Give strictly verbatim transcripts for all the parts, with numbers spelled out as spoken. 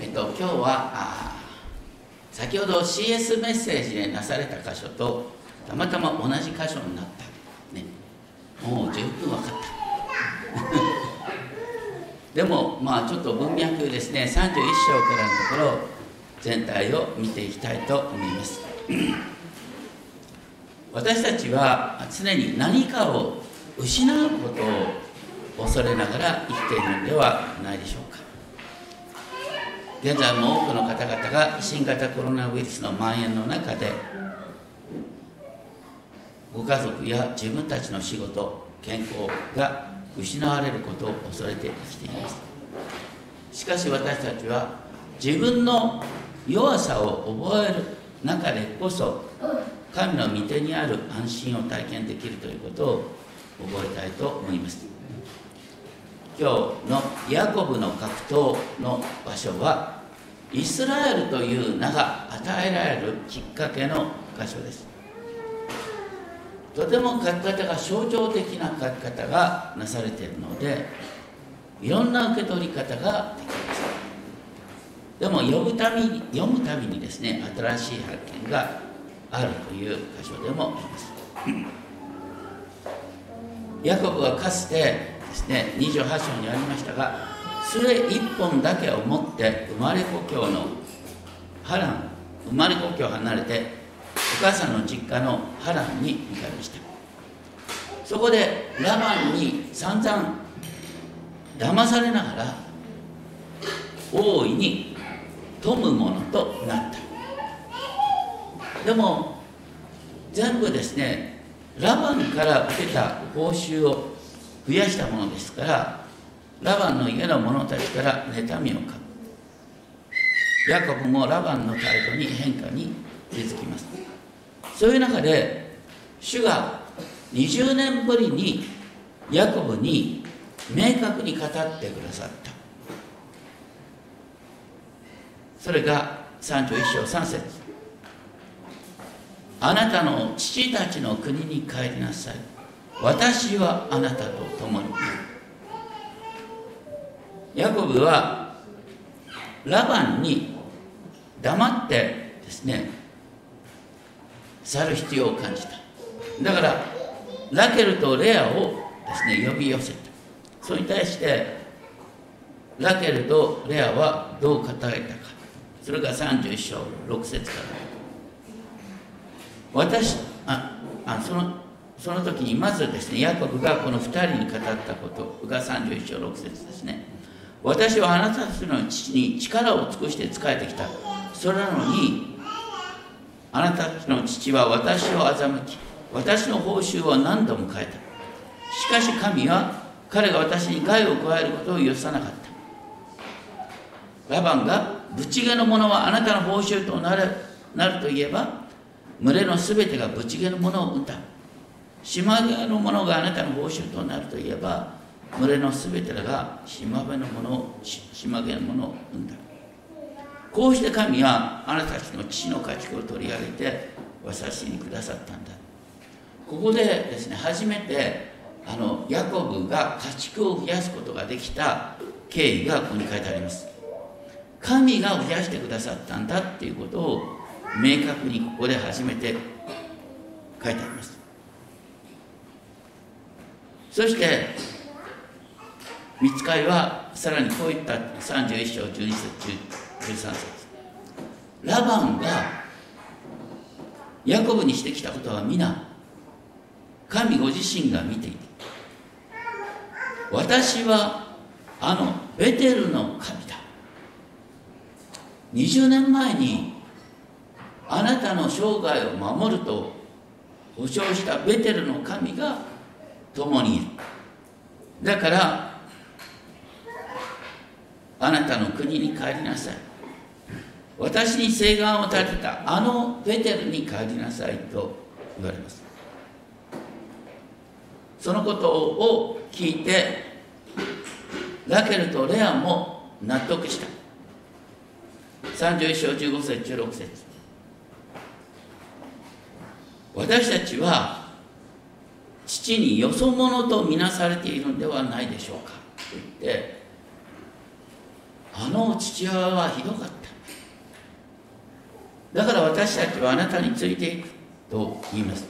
っと、今日はあ先ほど シーエス メッセージでなされた箇所とたまたま同じ箇所になった、ね、もう十分分かったでもまあちょっと文脈ですね、さんじゅういっ章からのところ全体を見ていきたいと思います私たちは常に何かを失うことを恐れながら生きているのではないでしょうか。現在も多くの方々が新型コロナウイルスの蔓延の中でご家族や自分たちの仕事、健康が失われることを恐れて生きています。しかし私たちは自分の弱さを覚える中でこそ神の御手にある安心を体験できるということを覚えたいと思います。今日のヤコブの格闘の場所はイスラエルという名が与えられるきっかけの箇所です。とても書き方が象徴的な書き方がなされているのでいろんな受け取り方ができます。でも読むたびに読むたびにですね、新しい発見があるという箇所でもありますヤコブはかつてですね、にじゅうはち章にありましたが、杖一本だけを持って生まれ故郷のハラン、生まれ故郷を離れてお母さんの実家のハランに向かいました。そこでラバンに散々騙されながら大いに富むものとなった。でも全部ですね、ラバンから受けた報酬を増やしたものですから、ラバンの家の者たちから妬みを買う。ヤコブもラバンの態度に変化に気づきます。そういう中で主がにじゅうねんぶりにヤコブに明確に語ってくださった。それがさんじゅういっ章さん節、あなたの父たちの国に帰りなさい、私はあなたと共にいる。ヤコブはラバンに黙ってですね去る必要を感じた。だからラケルとレアをですね呼び寄せた。それに対してラケルとレアはどう答えたか。それがさんじゅういっ章ろく節から。私ああそのその時にまずですね、ヤコブがこのふたりに語ったことがさんじゅういっ章ろく節ですね。私はあなたたちの父に力を尽くして仕えてきた。それなのにあなたたちの父は私を欺き、私の報酬を何度も変えた。しかし神は彼が私に害を加えることを許さなかった。ラバンがぶち毛のものはあなたの報酬となる、なるといえば、群れのすべてがぶち毛のものを生んだ。島毛のものがあなたの報酬となるといえば、群れのすべてが島毛のものを島毛のものを生んだ。こうして神はあなたたちの父の家畜を取り上げて私にくださったんだ。ここでですね、初めてあのヤコブが家畜を増やすことができた経緯がここに書いてあります。神が増やしてくださったんだっていうことを明確にここで初めて書いてあります。そして御使いはさらにこういったさんじゅういっ章じゅうに節じゅうさん節、ラバンがヤコブにしてきたことは皆神ご自身が見ていて、私はあのベテルの神だ。にじゅうねんまえにあなたの生涯を守ると保証したベテルの神が共にいる。だからあなたの国に帰りなさい。私に誓願を立てたあのベテルに帰りなさいと言われます。そのことを聞いてラケルとレアも納得した。さんじゅういっ章じゅうご節じゅうろく節、私たちは父によそ者とみなされているのではないでしょうかと言って、 あの父親はひどかった。だから私たちはあなたについていくと言います。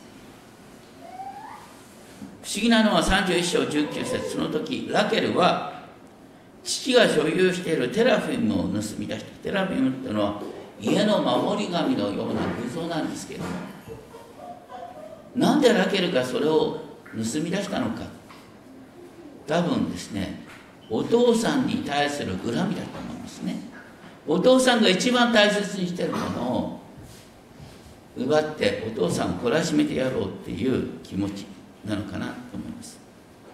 不思議なのはさんじゅういっ章じゅうきゅう節、その時ラケルは父が所有しているテラフィムを盗み出した。テラフィムっていうのは家の守り神のような偶像なんですけれども、なんでラケルがそれを盗み出したのか。多分ですね、お父さんに対する恨みだと思いますね。お父さんが一番大切にしているものを奪ってお父さんを懲らしめてやろうっていう気持ちなのかなと思います。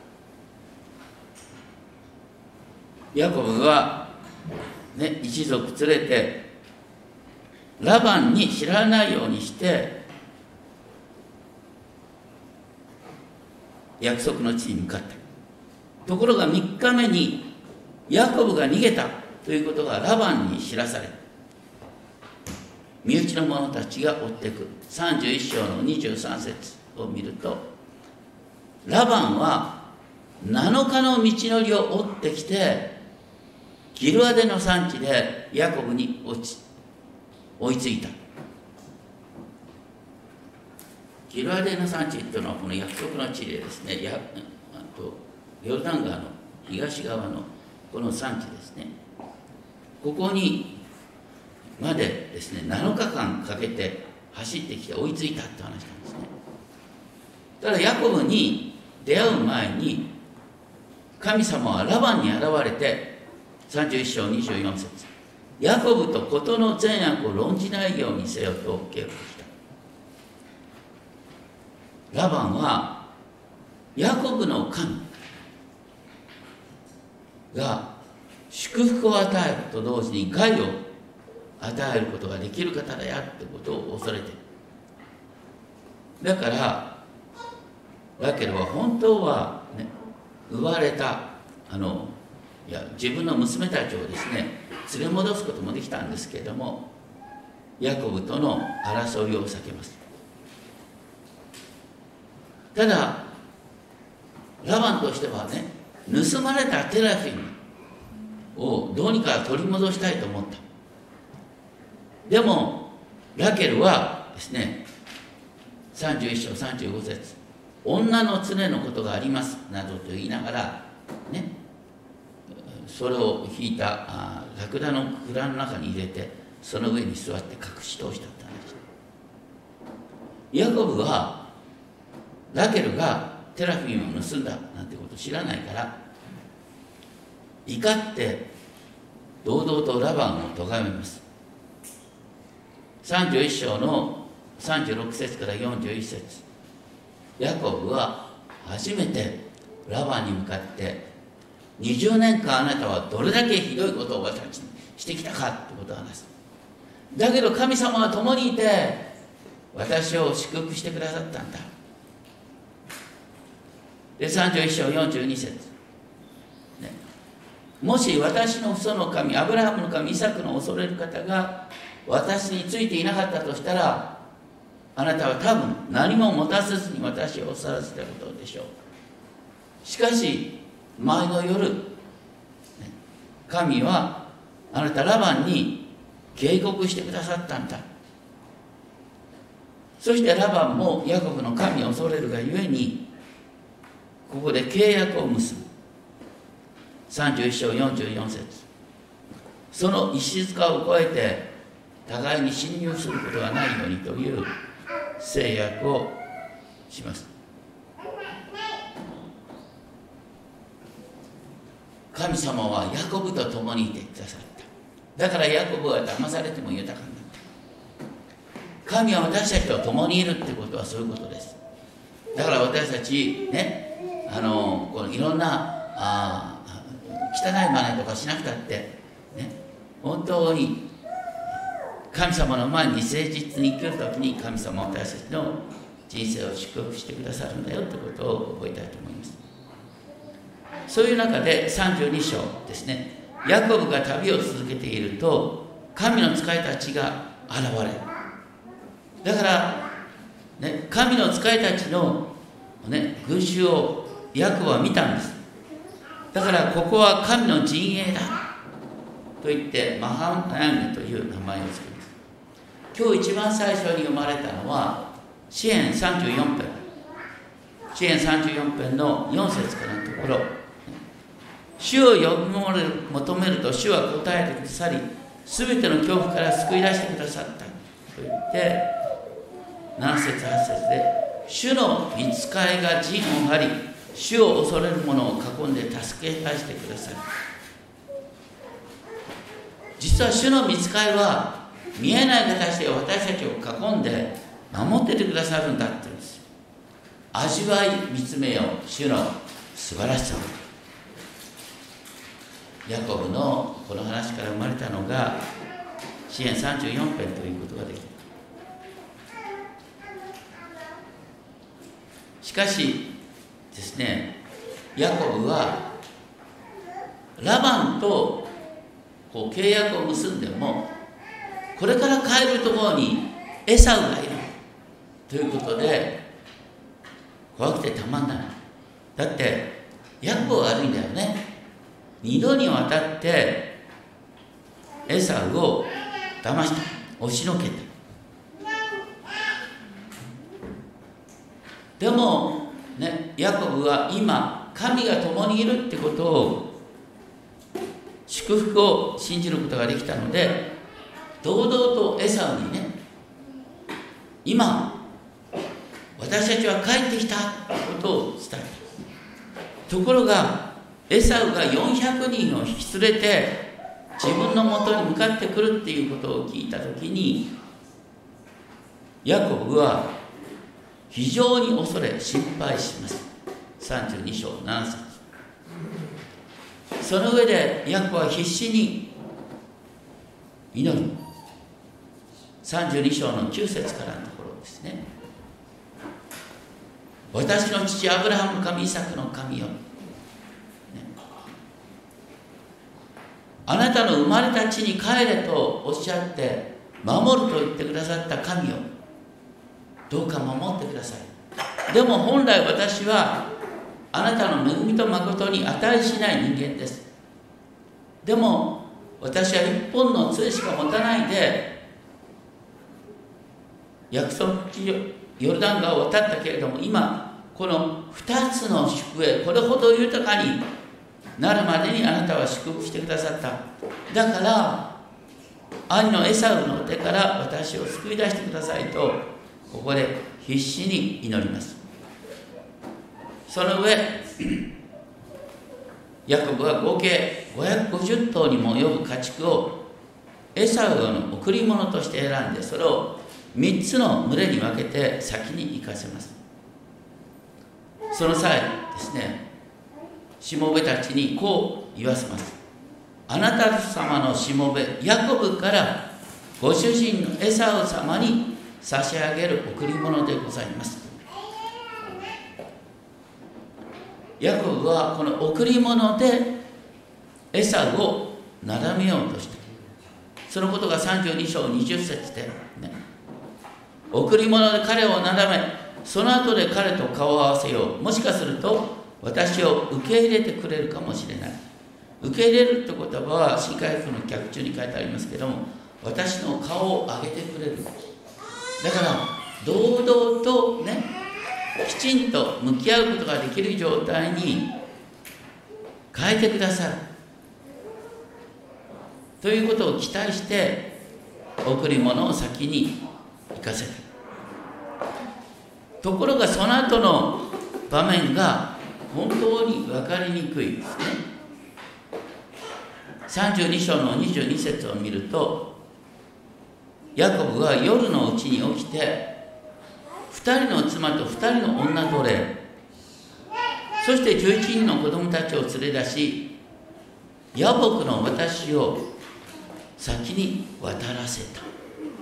ヤコブは、ね、一族連れてラバンに知らないようにして約束の地に向かった。ところがみっかめにヤコブが逃げたということがラバンに知らされ、身内の者たちが追ってくる。さんじゅういっ章のにじゅうさん節を見ると、ラバンはなのかの道のりを追ってきてギルアデの産地でヤコブに落ち追いついた。ギルアデの産地というのはこの約束の地でですね、やあとヨルダン川の東側のこの産地ですね。ここにまでですねなのかかんかけて走ってきて追いついたって話なんですね。ただヤコブに出会う前に神様はラバンに現れてさんじゅういっ章にじゅうよん節、ヤコブと事の善悪を論じないようにせよと警告した。ラバンはヤコブの神が祝福を与えると同時に害を与えることができる方だよってことを恐れている。だからラケルは本当は、ね、奪われたあのいや自分の娘たちをですね連れ戻すこともできたんですけれども、ヤコブとの争いを避けます。ただラバンとしてはね、盗まれたテラフィムをどうにか取り戻したいと思った。でもラケルはですねさんじゅういっ章さんじゅうご節、女の常のことがありますなどと言いながらね、それを引いたあラクダの蔵の中に入れてその上に座って隠し通したって話。ヤコブはラケルがテラフィムを盗んだなんてことを知らないから怒って堂々とラバンを咎めます。さんじゅういっ章のさんじゅうろく節からよんじゅういち節、ヤコブは初めてラバンに向かってにじゅうねんかんあなたはどれだけひどいことを私たちにしてきたかってことを話す。だけど神様は共にいて私を祝福してくださったんだ。でさんじゅういっ章よんじゅうに節、ね、もし私の父祖の神アブラハムの神イサクの恐れる方が私についていなかったとしたら、あなたは多分何も持たせずに私を去らせたことでしょう。しかし前の夜、神はあなたラバンに警告してくださったんだ。そしてラバンもヤコブの神を恐れるがゆえにここで契約を結ぶ。さんじゅういっ章よんじゅうよん節、その石塚を越えて互いに侵入することがないようにという誓約をします。神様はヤコブと共にいてくださった。だからヤコブは騙されても豊かになった。神は私たちと共にいるってことはそういうことです。だから私たちね、あのこのいろんなあ汚い真似とかしなくたってね、本当に神様の前に誠実に生きるときに神様は私たちの人生を祝福してくださるんだよということを覚えたいと思います。そういう中でさんじゅうに章ですね、ヤコブが旅を続けていると神の使いたちが現れる。だから、ね、神の使いたちの、ね、群衆をヤコブは見たんです。だからここは神の陣営だ。 といってマハナヤミという名前を付けます。今日一番最初に生まれたのは詩編さんじゅうよん編、詩編さんじゅうよん編のよん節からのところ、主を呼び求めると主は答えてくださり、すべての恐怖から救い出してくださったと言って、なな節はち節で、主の御使いが陣を張り、主を恐れる者を囲んで助け出してください。実は主の御使いは見えない形で私たちを囲んで守っててくださるんだって言うんです。味わい見つめよう主の素晴らしさを。ヤコブのこの話から生まれたのが詩編さんじゅうよん編ということができる。しかしですね、ヤコブはラバンとこう契約を結んでも、これから帰るところにエサウがいるということで怖くてたまんない。だってヤコブが悪いんだよね。二度にわたってエサウを騙した、押しのけた。でもね、ヤコブは今神が共にいるってことを、祝福を信じることができたので、堂々とエサウにね、今私たちは帰ってきたことを伝えた。ところがエサウがよんひゃくにんを引き連れて自分のもとに向かってくるっていうことを聞いたときに、ヤコブは非常に恐れ心配します。さんじゅうに章なな節。その上でヤコブは必死に祈る。さんじゅうに章のきゅう節からのところですね。私の父アブラハムの神、イサクの神よ、ね、あなたの生まれた地に帰れとおっしゃって守ると言ってくださった神よ、どうか守ってください。でも本来私はあなたの恵みと誠に値しない人間です。でも私は一本の杖しか持たないで約束地ヨルダン川を渡ったけれども、今このふたつの宿営、これほど豊かになるまでにあなたは祝福してくださった。だから兄のエサウの手から私を救い出してくださいと、ここで必死に祈ります。その上ヤコブは合計ごひゃくごじゅっ頭にも及ぶ家畜をエサウの贈り物として選んで、それをみっつの群れに分けて先に行かせます。その際ですね、しもべたちにこう言わせます。あなた様のしもべヤコブからご主人のエサウ様に差し上げる贈り物でございます。ヤコブはこの贈り物でエサウをなだめようとした。そのことがさんじゅうに章にじゅう節でね、贈り物で彼をなだめ、その後で彼と顔を合わせよう。もしかすると私を受け入れてくれるかもしれない。受け入れるって言葉は新海訳の脚注に書いてありますけども、私の顔を上げてくれる。だから堂々とね、きちんと向き合うことができる状態に変えてくださるということを期待して贈り物を先に行かせた。ところがその後の場面が本当に分かりにくいですね。さんじゅうに章のにじゅうに節を見ると、ヤコブは夜のうちに起きてふたりの妻とふたりの女奴隷、そしてじゅういちにんの子供たちを連れ出し、野木の私を先に渡らせた。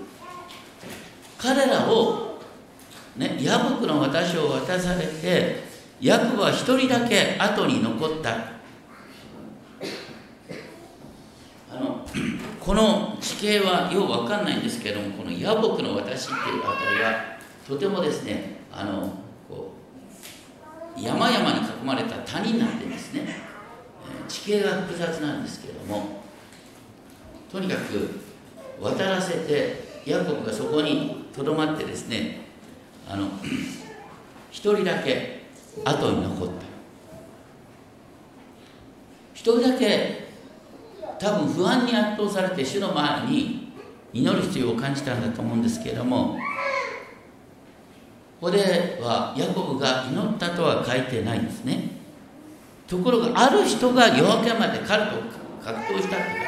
彼らを、ね、野木の私を渡されて、ヤコブは一人だけ後に残った。あのこの地形はよく分かんないんですけども、この野木の私っていうあたりはとてもですね、あのこう山々に囲まれた谷になってですね、地形が複雑なんですけども、 とにかく渡らせて、ヤコブがそこにとどまってですね、あの一人だけ後に残った。一人だけ多分不安に圧倒されて主の前に祈る必要を感じたんだと思うんですけれども、ここではヤコブが祈ったとは書いてないんですね。ところがある人が夜明けまで彼と格闘したって書いてある。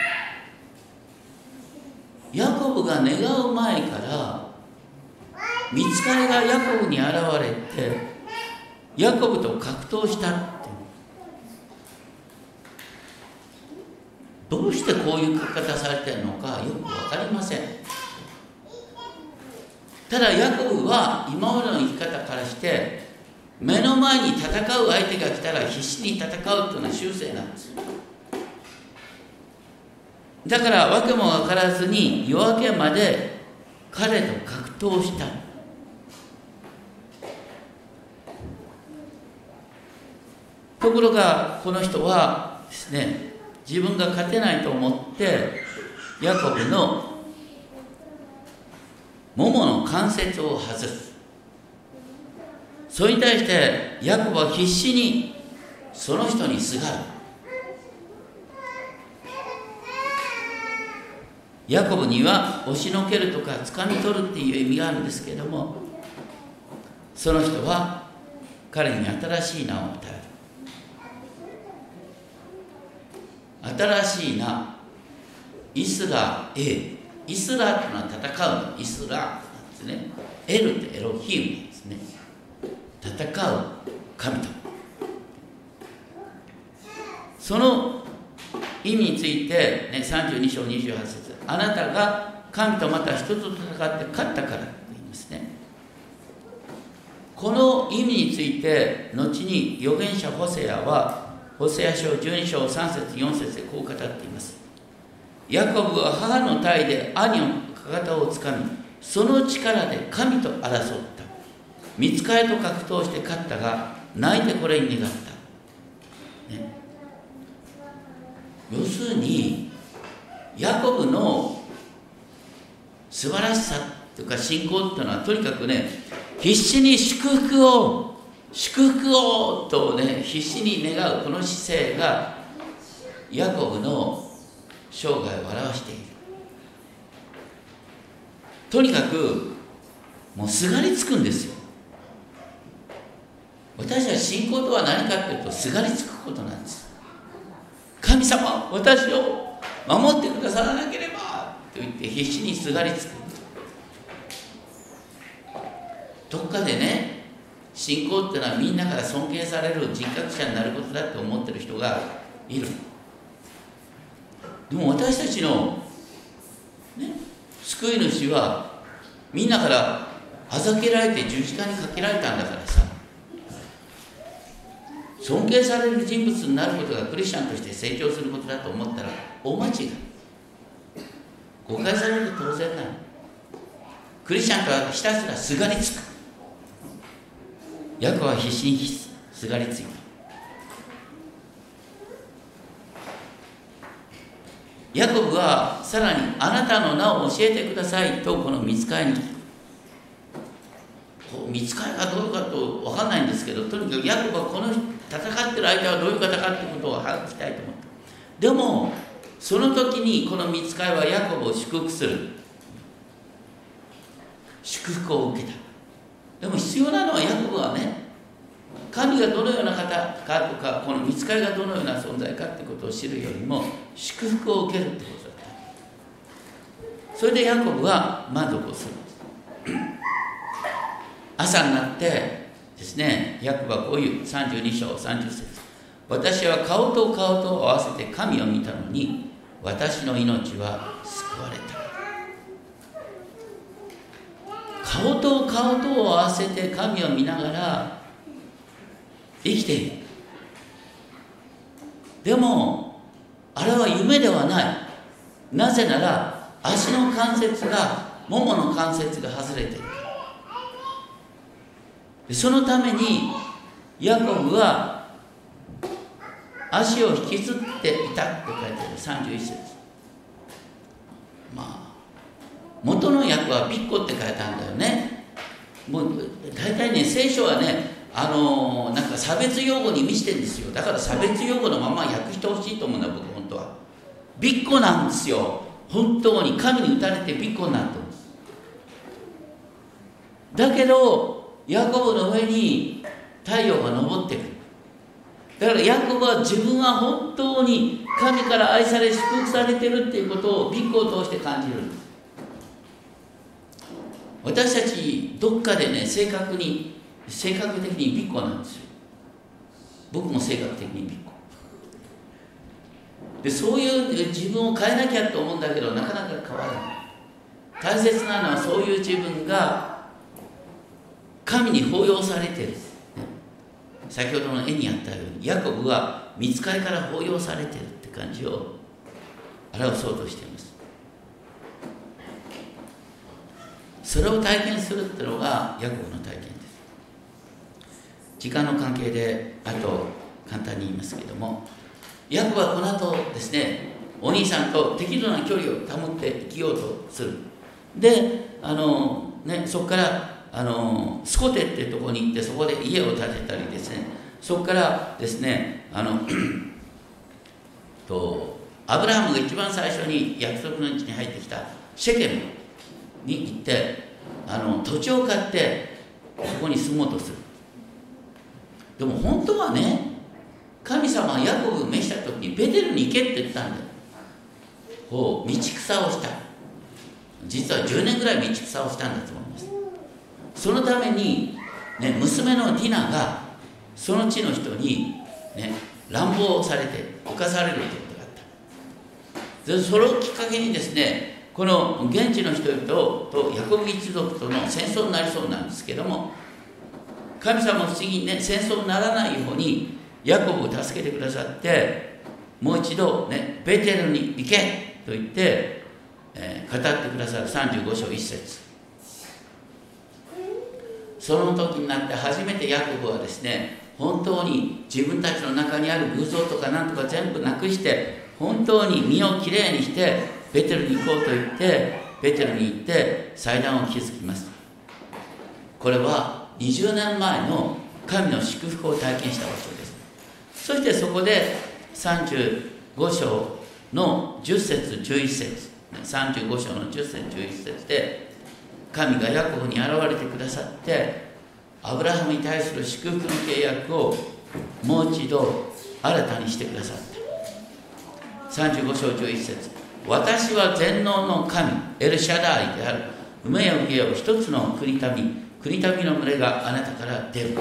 ヤコブが願う前から御使いがヤコブに現れてヤコブと格闘したって。どうしてこういう書き方されているのかよく分かりません。ただヤコブは今までの生き方からして目の前に戦う相手が来たら必死に戦うというのは習性なんです。だから訳も分からずに夜明けまで彼と格闘した。ところがこの人はですね、自分が勝てないと思ってヤコブのももの関節を外す。それに対してヤコブは必死にその人にすがる。ヤコブには押しのけるとか掴み取るっていう意味があるんですけれども、その人は彼に新しい名を与える。新しい名、イスラエル。イスラというのは戦うの、イスラなんですね。エルってエロヒームなんですね。戦う神と。その意味について、ね、さんじゅうに章にじゅうはち節、あなたが神とまた人と戦って勝ったからと言いますね。この意味について後に預言者ホセアはホセア書じゅうに章さん節よん節でこう語っています。ヤコブは母の胎で兄のかかとをつかみ、その力で神と争った。御使いと格闘して勝ったが、泣いてこれに願った、ね、要するにヤコブの素晴らしさというか信仰というのは、とにかくね、必死に祝福を祝福をとね、必死に願うこの姿勢がヤコブの生涯を表している。とにかくもうすがりつくんですよ。私は信仰とは何かというと、すがりつくことなんです。神様、私を守ってくださらなければと言って必死にすがりつく。どっかでね、信仰っていうのはみんなから尊敬される人格者になることだと思ってる人がいる。でも私たちの、ね、救い主はみんなからあざけられて十字架にかけられたんだからさ、尊敬される人物になることがクリスチャンとして成長することだと思ったら大間違い。誤解されると当然なの。クリスチャンとはひたすらすがりつく。ヤコブは必死にすがりついた。ヤコブはさらに、あなたの名を教えてくださいとこの御使いに聞く。御使いがどうかと分かんないんですけど、とにかくヤコブはこの戦ってる相手はどういう方かということを把握したいと思った。でもその時にこの御使いはヤコブを祝福する。祝福を受けた。でも必要なのはヤコブはね、神がどのような方かとか、この御使いがどのような存在かということを知るよりも祝福を受けるということだった。それでヤコブは満足をする。朝になってですね、ヤコブはこういうさんじゅうに章さんじゅう節、私は顔と顔と合わせて神を見たのに、私の命は救われた。顔と顔とを合わせて神を見ながら生きている。でもあれは夢ではない。なぜなら足の関節が、ももの関節が外れている。そのためにヤコブは足を引きずっていたと書いてあるさんじゅういち節。 元の訳はビッコって書いてあるんだよね。もう大体ね、聖書はね、あのー、なんか差別用語に満ちてるんですよ。だから差別用語のまま訳してほしいと思うんだ、僕本当は。ビッコなんですよ。本当に神に打たれてビッコになったんです。だけどヤコブの上に太陽が昇ってくる。だからヤコブは自分は本当に神から愛され祝福されてるっていうことをビッコを通して感じるんです。私たちどっかでね、正確に性格的にビッコなんですよ。僕も性格的にビッコで、そういう自分を変えなきゃと思うんだけど、なかなか変わらない。大切なのはそういう自分が神に抱擁されてる。先ほどの絵にあったように、ヤコブは御使いから抱擁されてるって感じを表そうとしています。それを体験するっていうのがヤコブの体験です。時間の関係であと簡単に言いますけども、ヤコブはこの後ですね、お兄さんと適度な距離を保って生きようとする。で、あのね、そこからあのスコテっていうところに行って、そこで家を建てたりですね、そこからですね、あのとアブラハムが一番最初に約束の地に入ってきたシェケムに行って、あの土地を買ってそこに住もうとする。でも本当はね、神様はヤコブを召した時にベテルに行けって言ったんだよ。こう道草をした。実はじゅうねんぐらい道草をしたんだと思います。そのために、ね、娘のディナがその地の人に、ね、乱暴されて侵されるということがあった。でそれをきっかけにですね、この現地の人々とヤコブ一族との戦争になりそうなんですけども、神様不思議にね、戦争にならないようにヤコブを助けてくださって、もう一度ね、ベテルに行けと言って、えー、語ってくださるさんじゅうご章いち節。その時になって初めてヤコブはですね、本当に自分たちの中にある偶像とかなんとか全部なくして、本当に身をきれいにしてベテルに行こうと言って、ベテルに行って祭壇を築きます。これはにじゅうねんまえの神の祝福を体験した場所です。そしてそこでさんじゅうご章のじゅっ節じゅういち節、さんじゅうご章のじゅっ節じゅういち節で、神がヤコブに現れてくださって、アブラハムに対する祝福の契約をもう一度新たにしてくださった。さんじゅうご章じゅういち節、私は全能の神エルシャダイである。埋めよ受けよ一つの国民、国民の群れがあなたから出る。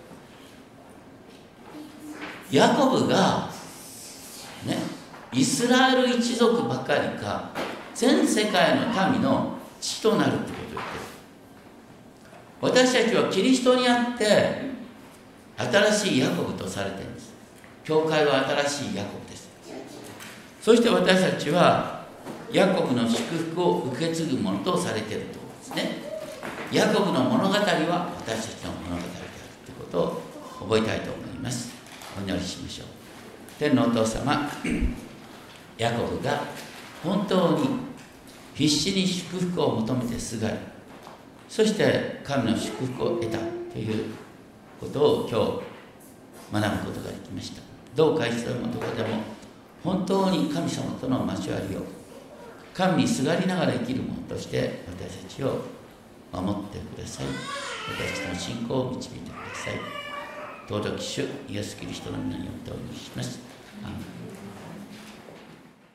ヤコブがね、イスラエル一族ばかりか全世界の民の父となるってことを言ってる。私たちはキリストにあって新しいヤコブとされているんです。教会は新しいヤコブです。そして私たちはヤコブの祝福を受け継ぐものとされているということですね。ヤコブの物語は私たちの物語であるということを覚えたいと思います。お祈りしましょう。天のお父様、ヤコブが本当に必死に祝福を求めてすがり、そして神の祝福を得たということを今日学ぶことができました。どうか一度のところでも本当に神様との交わりを、神にすがりながら生きる者として私たちを守ってください。私たちの信仰を導いてください。尊き主イエスキリストの皆によってお祈りします。アーメン。